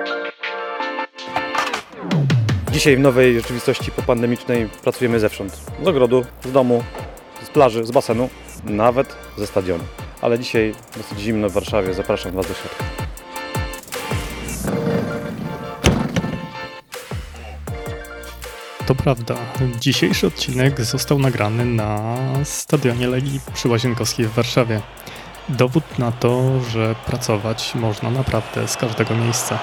Dzisiaj w nowej rzeczywistości popandemicznej pracujemy zewsząd. Z ogrodu, z domu, z plaży, z basenu, nawet ze stadionu. Ale dzisiaj dosyć zimno w Warszawie, zapraszam Was do środka. To prawda, dzisiejszy odcinek został nagrany na stadionie Legii przy Łazienkowskiej w Warszawie. Dowód na to, że pracować można naprawdę z każdego miejsca.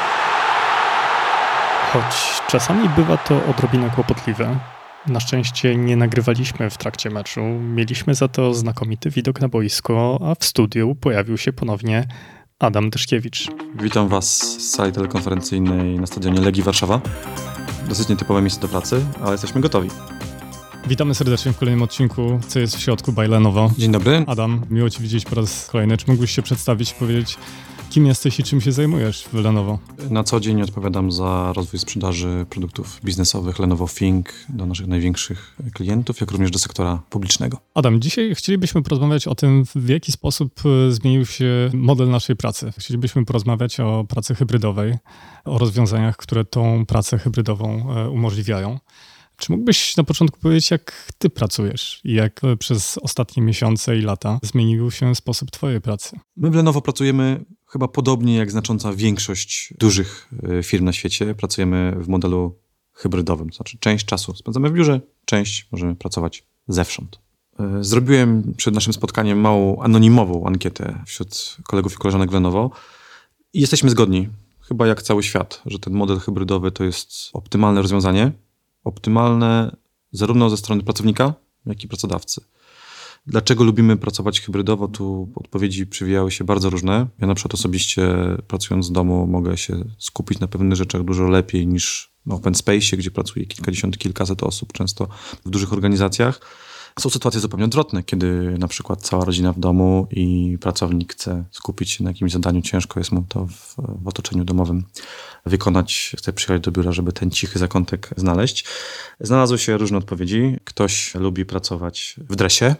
Choć czasami bywa to odrobinę kłopotliwe, na szczęście nie nagrywaliśmy w trakcie meczu, mieliśmy za to znakomity widok na boisko, a w studiu pojawił się ponownie Adam Dyszkiewicz. Witam Was z sali telekonferencyjnej na stadionie Legii Warszawa. Dosyć nietypowe miejsce do pracy, ale jesteśmy gotowi. Witamy serdecznie w kolejnym odcinku Co jest w środku by Lenovo. Dzień dobry. Adam, miło Cię widzieć po raz kolejny. Czy mógłbyś się przedstawić i powiedzieć, kim jesteś i czym się zajmujesz w Lenovo? Na co dzień odpowiadam za rozwój sprzedaży produktów biznesowych Lenovo Think do naszych największych klientów, jak również do sektora publicznego. Adam, dzisiaj chcielibyśmy porozmawiać o tym, w jaki sposób zmienił się model naszej pracy. Chcielibyśmy porozmawiać o pracy hybrydowej, o rozwiązaniach, które tą pracę hybrydową umożliwiają. Czy mógłbyś na początku powiedzieć, jak ty pracujesz i jak przez ostatnie miesiące i lata zmienił się sposób twojej pracy? My w Lenovo pracujemy chyba podobnie jak znacząca większość dużych firm na świecie. Pracujemy w modelu hybrydowym, to znaczy część czasu spędzamy w biurze, część możemy pracować zewsząd. Zrobiłem przed naszym spotkaniem małą anonimową ankietę wśród kolegów i koleżanek w Lenovo i jesteśmy zgodni, chyba jak cały świat, że ten model hybrydowy to jest optymalne rozwiązanie. Optymalne zarówno ze strony pracownika, jak i pracodawcy. Dlaczego lubimy pracować hybrydowo? Tu odpowiedzi przewijały się bardzo różne. Ja na przykład osobiście pracując z domu mogę się skupić na pewnych rzeczach dużo lepiej niż w open space, gdzie pracuje kilkadziesiąt, kilkaset osób, często w dużych organizacjach. Są sytuacje zupełnie odwrotne, kiedy na przykład cała rodzina w domu i pracownik chce skupić się na jakimś zadaniu, ciężko jest mu to w otoczeniu domowym wykonać, chce przyjechać do biura, żeby ten cichy zakątek znaleźć. Znalazły się różne odpowiedzi. Ktoś lubi pracować w dresie.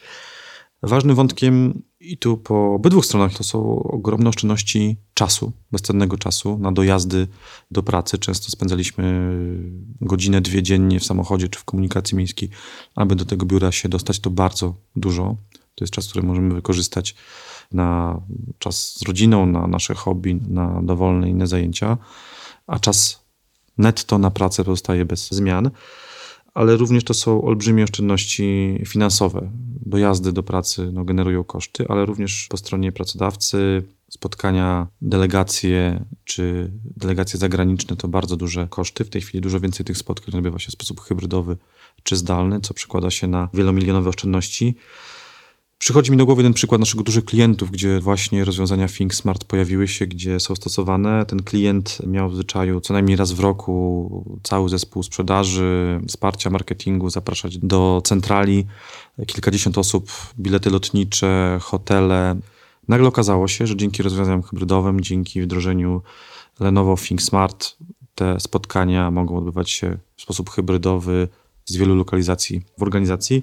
Ważnym wątkiem i tu po obydwu stronach to są ogromne oszczędności czasu, bezcennego czasu na dojazdy do pracy. Często spędzaliśmy godzinę, 2 dziennie w samochodzie czy w komunikacji miejskiej, aby do tego biura się dostać. To bardzo dużo. To jest czas, który możemy wykorzystać na czas z rodziną, na nasze hobby, na dowolne inne zajęcia, a czas netto na pracę pozostaje bez zmian. Ale również to są olbrzymie oszczędności finansowe. Dojazdy do pracy generują koszty, ale również po stronie pracodawcy spotkania, delegacje czy delegacje zagraniczne to bardzo duże koszty. W tej chwili dużo więcej tych spotkań odbywa się w sposób hybrydowy czy zdalny, co przekłada się na wielomilionowe oszczędności. Przychodzi mi do głowy ten przykład naszych dużych klientów, gdzie właśnie rozwiązania Think Smart pojawiły się, gdzie są stosowane. Ten klient miał w zwyczaju co najmniej raz w roku cały zespół sprzedaży, wsparcia marketingu, zapraszać do centrali kilkadziesiąt osób, bilety lotnicze, hotele. Nagle okazało się, że dzięki rozwiązaniom hybrydowym, dzięki wdrożeniu Lenovo Think Smart te spotkania mogą odbywać się w sposób hybrydowy z wielu lokalizacji w organizacji.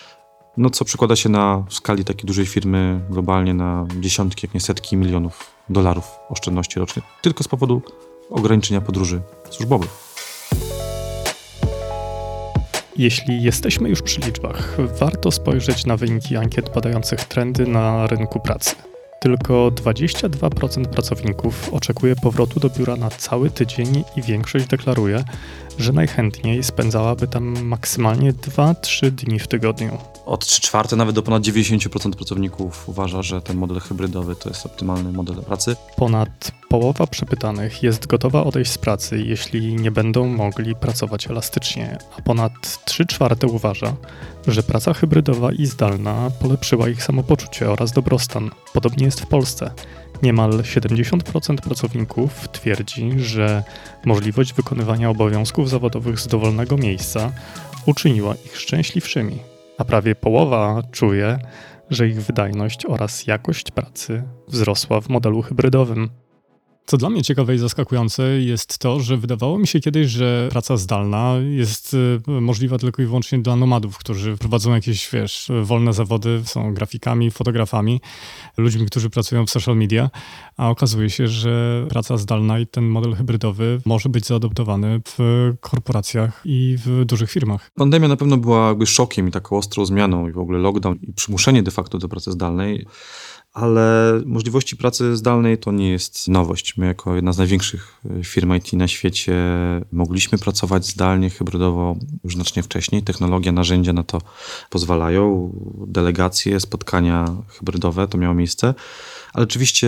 Co przekłada się w skali takiej dużej firmy globalnie na dziesiątki, jak nie setki milionów dolarów oszczędności rocznie, tylko z powodu ograniczenia podróży służbowych. Jeśli jesteśmy już przy liczbach, warto spojrzeć na wyniki ankiet badających trendy na rynku pracy. Tylko 22% pracowników oczekuje powrotu do biura na cały tydzień i większość deklaruje, że najchętniej spędzałaby tam maksymalnie 2-3 dni w tygodniu. Od 3/4 nawet do ponad 90% pracowników uważa, że ten model hybrydowy to jest optymalny model pracy. Ponad połowa przepytanych jest gotowa odejść z pracy, jeśli nie będą mogli pracować elastycznie, a ponad 3/4 uważa, że praca hybrydowa i zdalna polepszyła ich samopoczucie oraz dobrostan. Podobnie jest w Polsce. Niemal 70% pracowników twierdzi, że możliwość wykonywania obowiązków zawodowych z dowolnego miejsca uczyniła ich szczęśliwszymi, a prawie połowa czuje, że ich wydajność oraz jakość pracy wzrosła w modelu hybrydowym. Co dla mnie ciekawe i zaskakujące jest to, że wydawało mi się kiedyś, że praca zdalna jest możliwa tylko i wyłącznie dla nomadów, którzy prowadzą jakieś, wolne zawody, są grafikami, fotografami, ludźmi, którzy pracują w social media, a okazuje się, że praca zdalna i ten model hybrydowy może być zaadoptowany w korporacjach i w dużych firmach. Pandemia na pewno była jakby szokiem i taką ostrą zmianą i w ogóle lockdown i przymuszenie de facto do pracy zdalnej. Ale możliwości pracy zdalnej to nie jest nowość. My jako jedna z największych firm IT na świecie mogliśmy pracować zdalnie, hybrydowo już znacznie wcześniej. Technologia, narzędzia na to pozwalają. Delegacje, spotkania hybrydowe to miało miejsce. Ale oczywiście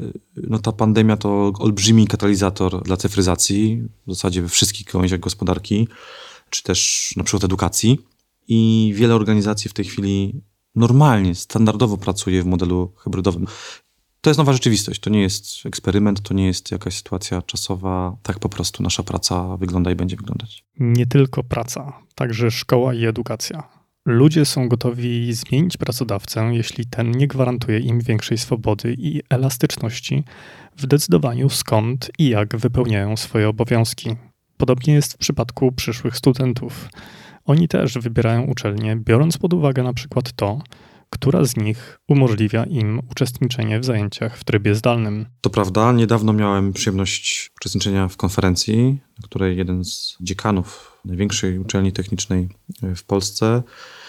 ta pandemia to olbrzymi katalizator dla cyfryzacji w zasadzie we wszystkich gałęziach gospodarki, czy też na przykład edukacji. I wiele organizacji w tej chwili normalnie, standardowo pracuje w modelu hybrydowym. To jest nowa rzeczywistość, to nie jest eksperyment, to nie jest jakaś sytuacja czasowa. Tak po prostu nasza praca wygląda i będzie wyglądać. Nie tylko praca, także szkoła i edukacja. Ludzie są gotowi zmienić pracodawcę, jeśli ten nie gwarantuje im większej swobody i elastyczności w decydowaniu skąd i jak wypełniają swoje obowiązki. Podobnie jest w przypadku przyszłych studentów. Oni też wybierają uczelnię, biorąc pod uwagę na przykład to, która z nich umożliwia im uczestniczenie w zajęciach w trybie zdalnym. To prawda, niedawno miałem przyjemność uczestniczenia w konferencji, na której jeden z dziekanów największej uczelni technicznej w Polsce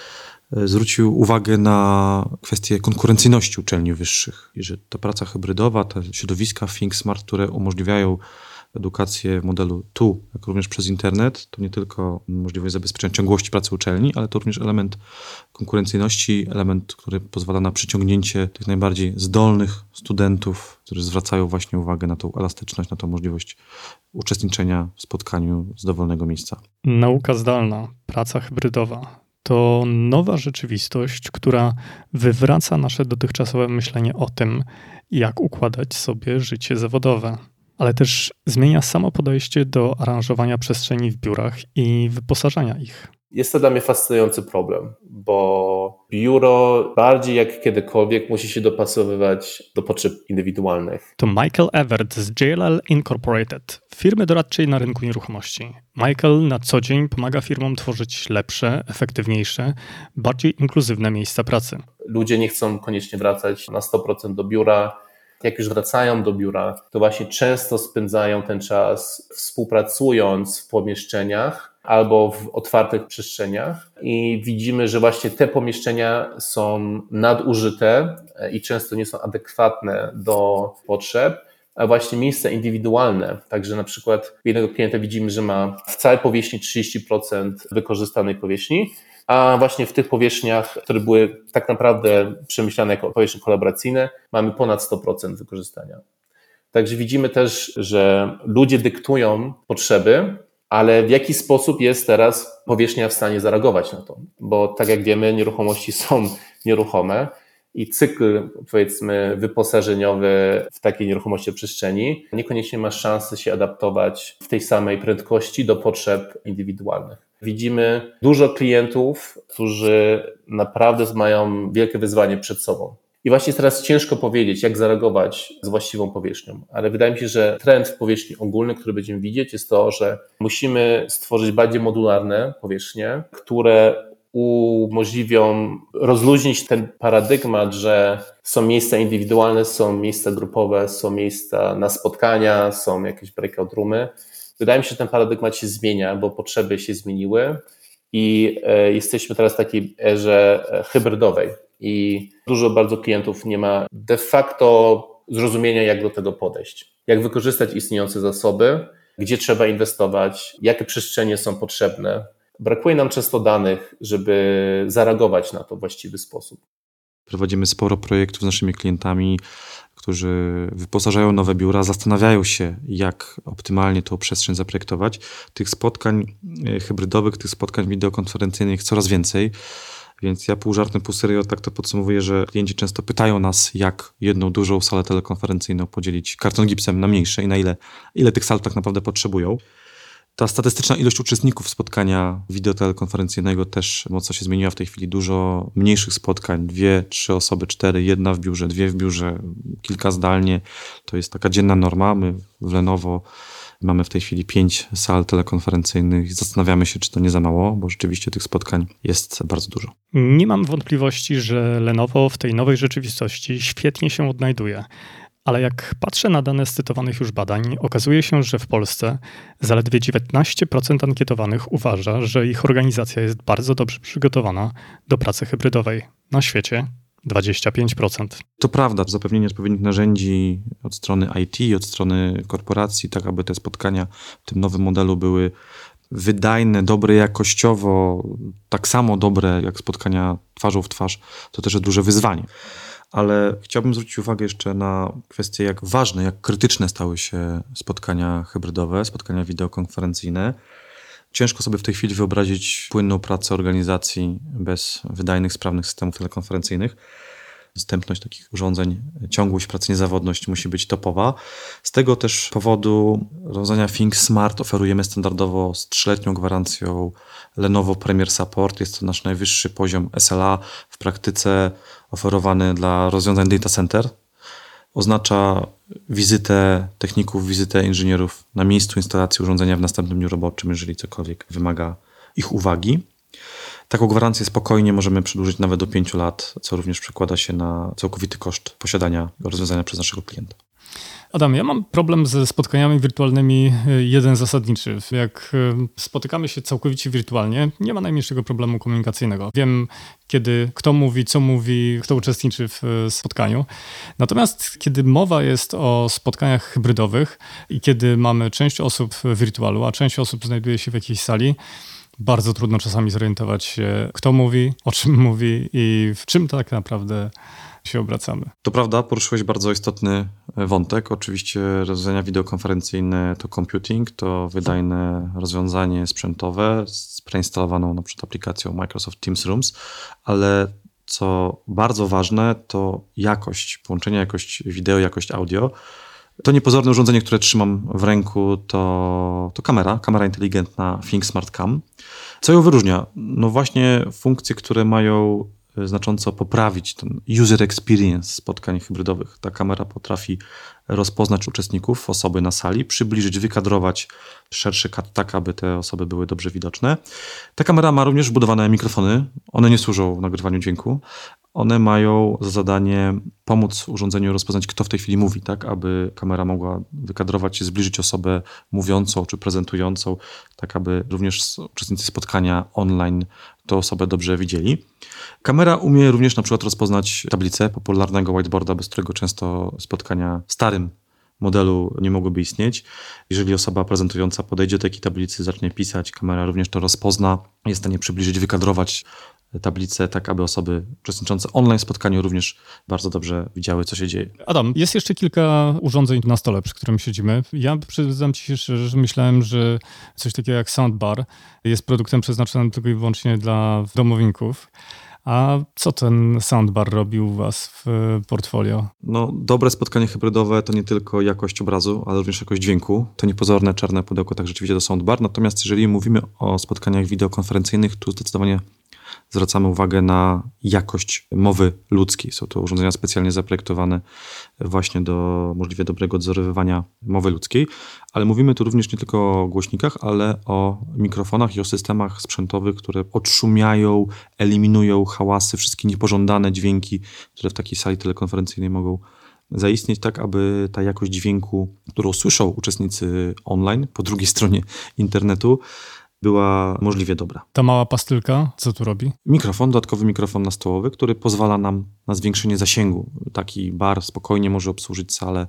zwrócił uwagę na kwestię konkurencyjności uczelni wyższych i że ta praca hybrydowa, te środowiska Think Smart, które umożliwiają edukację w modelu TU, jak również przez internet, to nie tylko możliwość zabezpieczenia ciągłości pracy uczelni, ale to również element konkurencyjności, element, który pozwala na przyciągnięcie tych najbardziej zdolnych studentów, którzy zwracają właśnie uwagę na tą elastyczność, na tą możliwość uczestniczenia w spotkaniu z dowolnego miejsca. Nauka zdalna, praca hybrydowa to nowa rzeczywistość, która wywraca nasze dotychczasowe myślenie o tym, jak układać sobie życie zawodowe. Ale też zmienia samo podejście do aranżowania przestrzeni w biurach i wyposażania ich. Jest to dla mnie fascynujący problem, bo biuro bardziej jak kiedykolwiek musi się dopasowywać do potrzeb indywidualnych. To Michael Evert z JLL Incorporated, firmy doradczej na rynku nieruchomości. Michael na co dzień pomaga firmom tworzyć lepsze, efektywniejsze, bardziej inkluzywne miejsca pracy. Ludzie nie chcą koniecznie wracać na 100% do biura. Jak już wracają do biura, to właśnie często spędzają ten czas współpracując w pomieszczeniach albo w otwartych przestrzeniach i widzimy, że właśnie te pomieszczenia są nadużyte i często nie są adekwatne do potrzeb, a właśnie miejsca indywidualne. Także na przykład jednego klienta widzimy, że ma w całej powierzchni 30% wykorzystanej powierzchni, a właśnie w tych powierzchniach, które były tak naprawdę przemyślane jako powierzchnie kolaboracyjne, mamy ponad 100% wykorzystania. Także widzimy też, że ludzie dyktują potrzeby, ale w jaki sposób jest teraz powierzchnia w stanie zareagować na to? Bo tak jak wiemy, nieruchomości są nieruchome i cykl, powiedzmy, wyposażeniowy w takiej nieruchomości przestrzeni niekoniecznie ma szansę się adaptować w tej samej prędkości do potrzeb indywidualnych. Widzimy dużo klientów, którzy naprawdę mają wielkie wyzwanie przed sobą. I właśnie teraz ciężko powiedzieć, jak zareagować z właściwą powierzchnią, ale wydaje mi się, że trend w powierzchni ogólnej, który będziemy widzieć, jest to, że musimy stworzyć bardziej modularne powierzchnie, które umożliwią rozluźnić ten paradygmat, że są miejsca indywidualne, są miejsca grupowe, są miejsca na spotkania, są jakieś breakout roomy. Wydaje mi się, że ten paradygmat się zmienia, bo potrzeby się zmieniły i jesteśmy teraz w takiej erze hybrydowej i dużo bardzo klientów nie ma de facto zrozumienia, jak do tego podejść, jak wykorzystać istniejące zasoby, gdzie trzeba inwestować, jakie przestrzenie są potrzebne. Brakuje nam często danych, żeby zareagować na to w właściwy sposób. Prowadzimy sporo projektów z naszymi klientami, którzy wyposażają nowe biura, zastanawiają się, jak optymalnie tą przestrzeń zaprojektować. Tych spotkań hybrydowych, tych spotkań wideokonferencyjnych coraz więcej, więc ja pół żartem, pół serio tak to podsumowuję, że klienci często pytają nas, jak jedną dużą salę telekonferencyjną podzielić karton gipsem na mniejsze i na ile tych sal tak naprawdę potrzebują. Ta statystyczna ilość uczestników spotkania wideotelekonferencyjnego też mocno się zmieniła w tej chwili. Dużo mniejszych spotkań, 2, 3 osoby, 4, 1 w biurze, 2 w biurze, kilka zdalnie. To jest taka dzienna norma. My w Lenovo mamy w tej chwili 5 sal telekonferencyjnych. Zastanawiamy się, czy to nie za mało, bo rzeczywiście tych spotkań jest bardzo dużo. Nie mam wątpliwości, że Lenovo w tej nowej rzeczywistości świetnie się odnajduje. Ale jak patrzę na dane z cytowanych już badań, okazuje się, że w Polsce zaledwie 19% ankietowanych uważa, że ich organizacja jest bardzo dobrze przygotowana do pracy hybrydowej. Na świecie 25%. To prawda, zapewnienie odpowiednich narzędzi od strony IT, od strony korporacji, tak aby te spotkania w tym nowym modelu były wydajne, dobre jakościowo, tak samo dobre jak spotkania twarzą w twarz, to też jest duże wyzwanie. Ale chciałbym zwrócić uwagę jeszcze na kwestię, jak ważne, jak krytyczne stały się spotkania hybrydowe, spotkania wideokonferencyjne. Ciężko sobie w tej chwili wyobrazić płynną pracę organizacji bez wydajnych, sprawnych systemów telekonferencyjnych. Dostępność takich urządzeń, ciągłość pracy, niezawodność musi być topowa. Z tego też powodu rozwiązania Think Smart oferujemy standardowo z 3-letnią gwarancją Lenovo Premier Support. Jest to nasz najwyższy poziom SLA w praktyce oferowany dla rozwiązań data center. Oznacza wizytę techników, wizytę inżynierów na miejscu instalacji urządzenia w następnym dniu roboczym, jeżeli cokolwiek wymaga ich uwagi. Taką gwarancję spokojnie możemy przedłużyć nawet do 5 lat, co również przekłada się na całkowity koszt posiadania rozwiązania przez naszego klienta. Adam, ja mam problem ze spotkaniami wirtualnymi jeden zasadniczy. Jak spotykamy się całkowicie wirtualnie, nie ma najmniejszego problemu komunikacyjnego. Wiem, kiedy kto mówi, kto uczestniczy w spotkaniu. Natomiast kiedy mowa jest o spotkaniach hybrydowych i kiedy mamy część osób w wirtualu, a część osób znajduje się w jakiejś sali, bardzo trudno czasami zorientować się, kto mówi, o czym mówi i w czym tak naprawdę się obracamy. To prawda, poruszyłeś bardzo istotny wątek. Oczywiście rozwiązania wideokonferencyjne to computing, to wydajne rozwiązanie sprzętowe z preinstalowaną na przykład aplikacją Microsoft Teams Rooms, ale co bardzo ważne, to jakość połączenia, jakość wideo, jakość audio. To niepozorne urządzenie, które trzymam w ręku, to kamera inteligentna Think Smart Cam. Co ją wyróżnia? No właśnie funkcje, które mają znacząco poprawić ten user experience spotkań hybrydowych. Ta kamera potrafi rozpoznać uczestników, osoby na sali, przybliżyć, wykadrować szerszy kadr tak, aby te osoby były dobrze widoczne. Ta kamera ma również wbudowane mikrofony. One nie służą w nagrywaniu dźwięku. One mają za zadanie pomóc urządzeniu rozpoznać, kto w tej chwili mówi, tak, aby kamera mogła wykadrować, zbliżyć osobę mówiącą czy prezentującą, tak aby również uczestnicy spotkania online tę osobę dobrze widzieli. Kamera umie również na przykład rozpoznać tablicę popularnego whiteboarda, bez którego często spotkania w starym modelu nie mogłyby istnieć. Jeżeli osoba prezentująca podejdzie do takiej tablicy, zacznie pisać, kamera również to rozpozna, jest w stanie przybliżyć, wykadrować tablicę, tak aby osoby uczestniczące online w spotkaniu również bardzo dobrze widziały, co się dzieje. Adam, jest jeszcze kilka urządzeń na stole, przy którym siedzimy. Ja przyznam ci się szczerze, że myślałem, że coś takiego jak soundbar jest produktem przeznaczonym tylko i wyłącznie dla domowników. A co ten soundbar robi u was w portfolio? No, dobre spotkanie hybrydowe to nie tylko jakość obrazu, ale również jakość dźwięku. To niepozorne czarne pudełko tak rzeczywiście to soundbar. Natomiast jeżeli mówimy o spotkaniach wideokonferencyjnych, tu zdecydowanie zwracamy uwagę na jakość mowy ludzkiej. Są to urządzenia specjalnie zaprojektowane właśnie do możliwie dobrego odzorowywania mowy ludzkiej, ale mówimy tu również nie tylko o głośnikach, ale o mikrofonach i o systemach sprzętowych, które odszumiają, eliminują hałasy, wszystkie niepożądane dźwięki, które w takiej sali telekonferencyjnej mogą zaistnieć, tak aby ta jakość dźwięku, którą słyszą uczestnicy online po drugiej stronie internetu, była możliwie dobra. Ta mała pastylka, co tu robi? Dodatkowy mikrofon nastołowy, który pozwala nam na zwiększenie zasięgu. Taki bar spokojnie może obsłużyć salę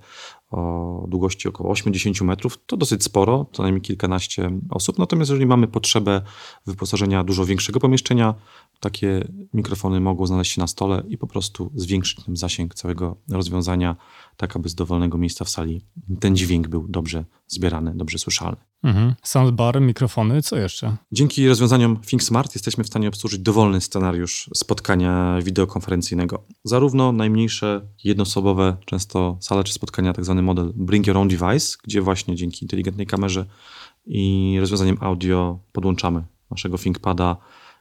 o długości około 80 metrów. To dosyć sporo, co najmniej kilkanaście osób. Natomiast jeżeli mamy potrzebę wyposażenia dużo większego pomieszczenia, takie mikrofony mogą znaleźć się na stole i po prostu zwiększyć ten zasięg całego rozwiązania, tak aby z dowolnego miejsca w sali ten dźwięk był dobrze zbierany, dobrze słyszalny. Soundbar, mikrofony, co jeszcze? Dzięki rozwiązaniom Think Smart jesteśmy w stanie obsłużyć dowolny scenariusz spotkania wideokonferencyjnego. Zarówno najmniejsze, jednoosobowe, często sale czy spotkania, tak zwany model Bring Your Own Device, gdzie właśnie dzięki inteligentnej kamerze i rozwiązaniem audio podłączamy naszego ThinkPada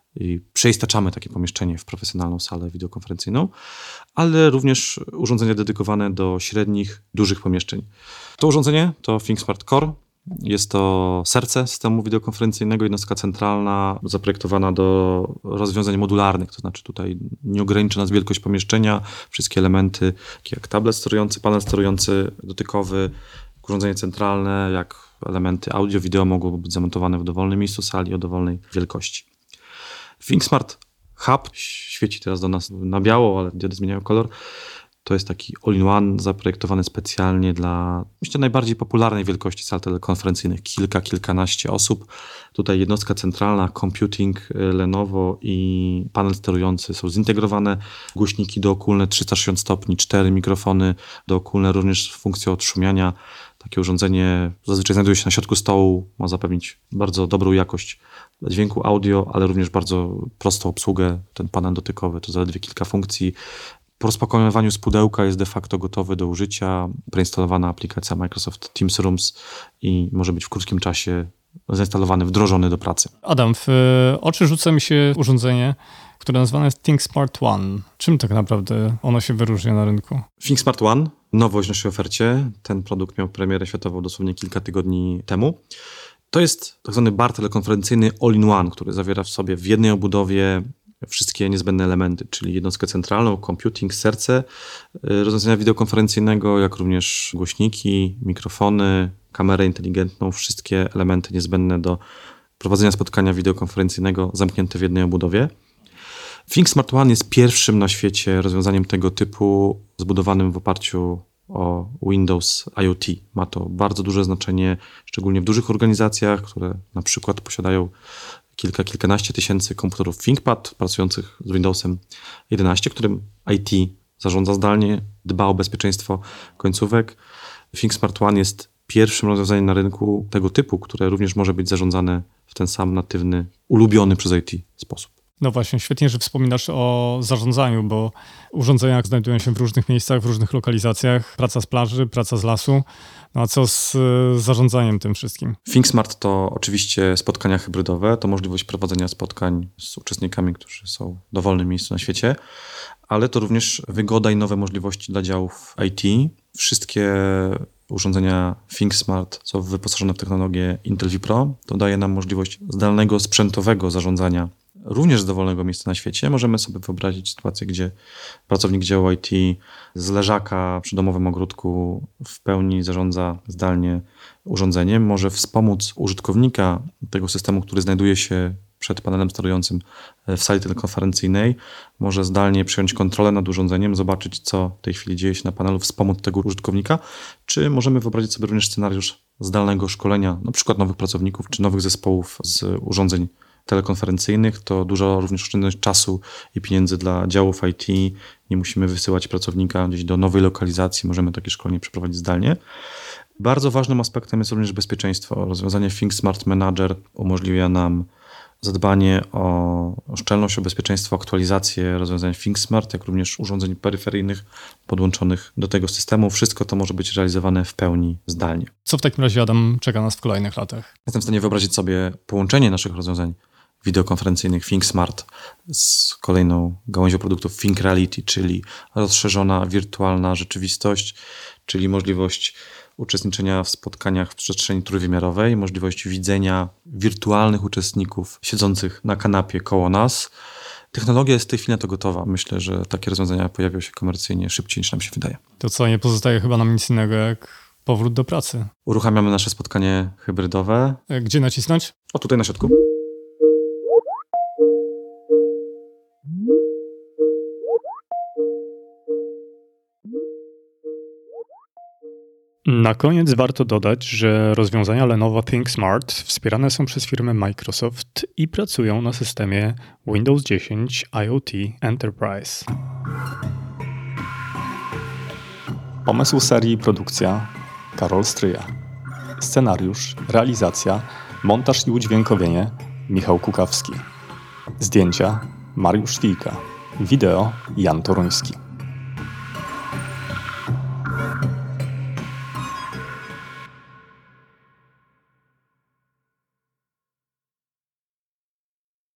i przeistaczamy takie pomieszczenie w profesjonalną salę wideokonferencyjną, ale również urządzenia dedykowane do średnich, dużych pomieszczeń. To urządzenie to ThinkSmart Core. Jest to serce systemu wideokonferencyjnego, jednostka centralna zaprojektowana do rozwiązań modularnych, to znaczy tutaj nie ogranicza nas wielkość pomieszczenia, wszystkie elementy, takie jak tablet sterujący, panel sterujący dotykowy, urządzenie centralne, jak elementy audio, wideo mogą być zamontowane w dowolnym miejscu sali o dowolnej wielkości. ThinkSmart Hub świeci teraz do nas na biało, ale diody zmieniają kolor. To jest taki all-in-one zaprojektowany specjalnie dla, myślę, najbardziej popularnej wielkości sal telekonferencyjnych. Kilkanaście osób. Tutaj jednostka centralna, computing, Lenovo i panel sterujący są zintegrowane. Głośniki dookólne 360 stopni, 4 mikrofony dookólne, również funkcją odszumiania. Takie urządzenie zazwyczaj znajduje się na środku stołu, ma zapewnić bardzo dobrą jakość dźwięku audio, ale również bardzo prostą obsługę. Ten panel dotykowy to zaledwie kilka funkcji. Po rozpakowywaniu z pudełka jest de facto gotowy do użycia. Preinstalowana aplikacja Microsoft Teams Rooms i może być w krótkim czasie zainstalowany, wdrożony do pracy. Adam, w oczy rzuca mi się urządzenie, które nazwane jest ThinkSmart One. Czym tak naprawdę ono się wyróżnia na rynku? ThinkSmart One, nowość w naszej ofercie. Ten produkt miał premierę światową dosłownie kilka tygodni temu. To jest tak zwany bar telekonferencyjny all-in-one, który zawiera w sobie w jednej obudowie wszystkie niezbędne elementy, czyli jednostkę centralną, computing, serce rozwiązania wideokonferencyjnego, jak również głośniki, mikrofony, kamerę inteligentną, wszystkie elementy niezbędne do prowadzenia spotkania wideokonferencyjnego zamknięte w jednej obudowie. ThinkSmart One jest pierwszym na świecie rozwiązaniem tego typu zbudowanym w oparciu o Windows IoT. Ma to bardzo duże znaczenie, szczególnie w dużych organizacjach, które na przykład posiadają kilkanaście tysięcy komputerów ThinkPad pracujących z Windowsem 11, którym IT zarządza zdalnie, dba o bezpieczeństwo końcówek. ThinkSmart One jest pierwszym rozwiązaniem na rynku tego typu, które również może być zarządzane w ten sam natywny, ulubiony przez IT sposób. No właśnie, świetnie, że wspominasz o zarządzaniu, bo urządzenia znajdują się w różnych miejscach, w różnych lokalizacjach. Praca z plaży, praca z lasu. No a co z zarządzaniem tym wszystkim? ThinkSmart to oczywiście spotkania hybrydowe, to możliwość prowadzenia spotkań z uczestnikami, którzy są w dowolnym miejscu na świecie, ale to również wygoda i nowe możliwości dla działów IT. Wszystkie urządzenia ThinkSmart są wyposażone w technologię Intel vPro. To daje nam możliwość zdalnego sprzętowego zarządzania również z dowolnego miejsca na świecie. Możemy sobie wyobrazić sytuację, gdzie pracownik działu IT z leżaka przy domowym ogródku w pełni zarządza zdalnie urządzeniem. Może wspomóc użytkownika tego systemu, który znajduje się przed panelem sterującym w sali telekonferencyjnej. Może zdalnie przejąć kontrolę nad urządzeniem, zobaczyć, co w tej chwili dzieje się na panelu, wspomóc tego użytkownika. Czy możemy wyobrazić sobie również scenariusz zdalnego szkolenia, na przykład nowych pracowników czy nowych zespołów z urządzeń telekonferencyjnych. To dużo również oszczędność czasu i pieniędzy dla działów IT. Nie musimy wysyłać pracownika gdzieś do nowej lokalizacji. Możemy takie szkolenie przeprowadzić zdalnie. Bardzo ważnym aspektem jest również bezpieczeństwo. Rozwiązanie ThinkSmart Manager umożliwia nam zadbanie o szczelność, o bezpieczeństwo, aktualizację rozwiązań ThinkSmart, jak również urządzeń peryferyjnych podłączonych do tego systemu. Wszystko to może być realizowane w pełni zdalnie. Co w takim razie, Adam, czeka nas w kolejnych latach? Jestem w stanie wyobrazić sobie połączenie naszych rozwiązań wideokonferencyjnych ThinkSmart z kolejną gałęzią produktów ThinkReality, czyli rozszerzona wirtualna rzeczywistość, czyli możliwość uczestniczenia w spotkaniach w przestrzeni trójwymiarowej, możliwość widzenia wirtualnych uczestników siedzących na kanapie koło nas. Technologia jest w tej chwili na to gotowa. Myślę, że takie rozwiązania pojawią się komercyjnie szybciej niż nam się wydaje. To co, nie pozostaje chyba nam nic innego jak powrót do pracy. Uruchamiamy nasze spotkanie hybrydowe. Gdzie nacisnąć? O, tutaj na środku. Na koniec warto dodać, że rozwiązania Lenovo ThinkSmart wspierane są przez firmę Microsoft i pracują na systemie Windows 10 IoT Enterprise. Pomysł serii i produkcja Karol Stryja. Scenariusz, realizacja, montaż i udźwiękowienie Michał Kukawski. Zdjęcia Mariusz Wilka. Wideo Jan Toruński.